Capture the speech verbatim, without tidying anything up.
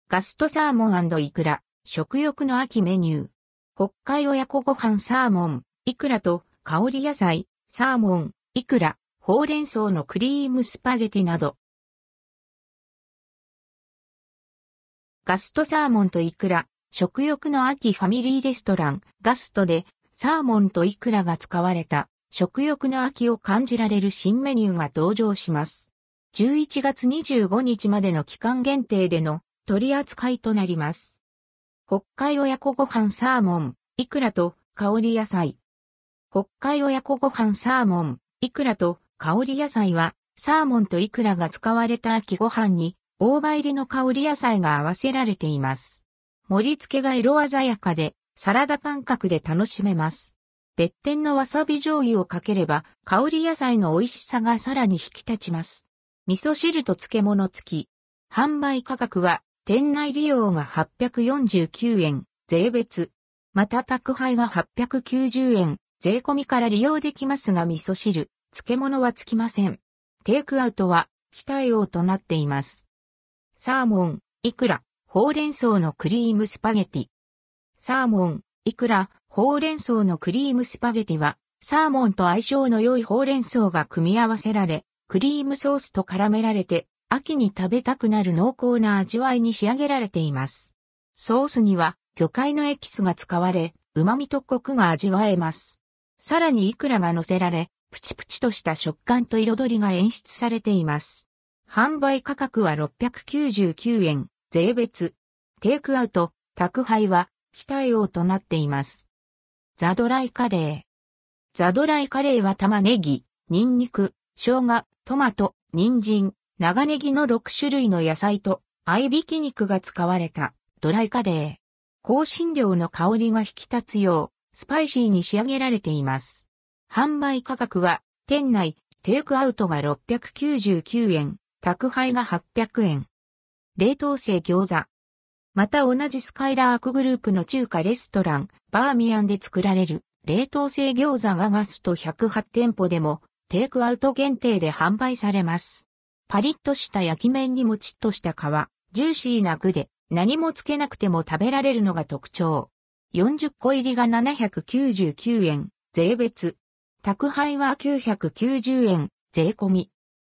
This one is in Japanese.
ガストサーモン&イクラ、食欲の秋メニュー。北海親子ご飯サーモン、イクラと香り野菜、サーモン、イクラ、ほうれん草のクリームスパゲティなど。ガストサーモンとイクラ、食欲の秋ファミリーレストラン、ガストで、サーモンとイクラが使われた、食欲の秋を感じられる新メニューが登場します。じゅういちがつにじゅうごにちまでの期間限定での取り扱いとなります。北海親子ご飯サーモン、イクラと香り野菜。北海親子ご飯サーモン、イクラと香り野菜は、サーモンとイクラが使われた秋ご飯に、大葉入りの香り野菜が合わせられています。盛り付けが色鮮やかで、サラダ感覚で楽しめます。別店のわさび醤油をかければ、香り野菜の美味しさがさらに引き立ちます。味噌汁と漬物付き。販売価格は、店内利用がはっぴゃくよんじゅうきゅうえん、税別。また宅配がはっぴゃくきゅうじゅうえん、税込みから利用できますが味噌汁、漬物は付きません。テイクアウトは、非対応となっています。サーモン、イクラ、ほうれん草のクリームスパゲティ。サーモン、イクラ、ほうれん草のクリームスパゲティは、サーモンと相性の良いほうれん草が組み合わせられ、クリームソースと絡められて、秋に食べたくなる濃厚な味わいに仕上げられています。ソースには魚介のエキスが使われ、旨味とコクが味わえます。さらにイクラが乗せられ、プチプチとした食感と彩りが演出されています。販売価格はろっぴゃくきゅうじゅうきゅうえん、税別。テイクアウト、宅配は非対応となっています。ザドライカレー。ザドライカレーは玉ねぎ、ニンニク、生姜、トマト、人参、長ネギのろくしゅるいの野菜と合いびき肉が使われたドライカレー。香辛料の香りが引き立つようスパイシーに仕上げられています。販売価格は店内テイクアウトがろっぴゃくきゅうじゅうきゅうえん、宅配がはっぴゃくえん。冷凍製餃子。また同じスカイラークグループの中華レストランバーミヤンで作られる冷凍製餃子がガストひゃくはちてんぽでもテイクアウト限定で販売されます。パリッとした焼き面にもちっとした皮、ジューシーな具で何もつけなくても食べられるのが特徴。よんじゅっこ入りがななひゃくきゅうじゅうきゅうえん、税別。宅配はきゅうひゃくきゅうじゅうえん、税込み。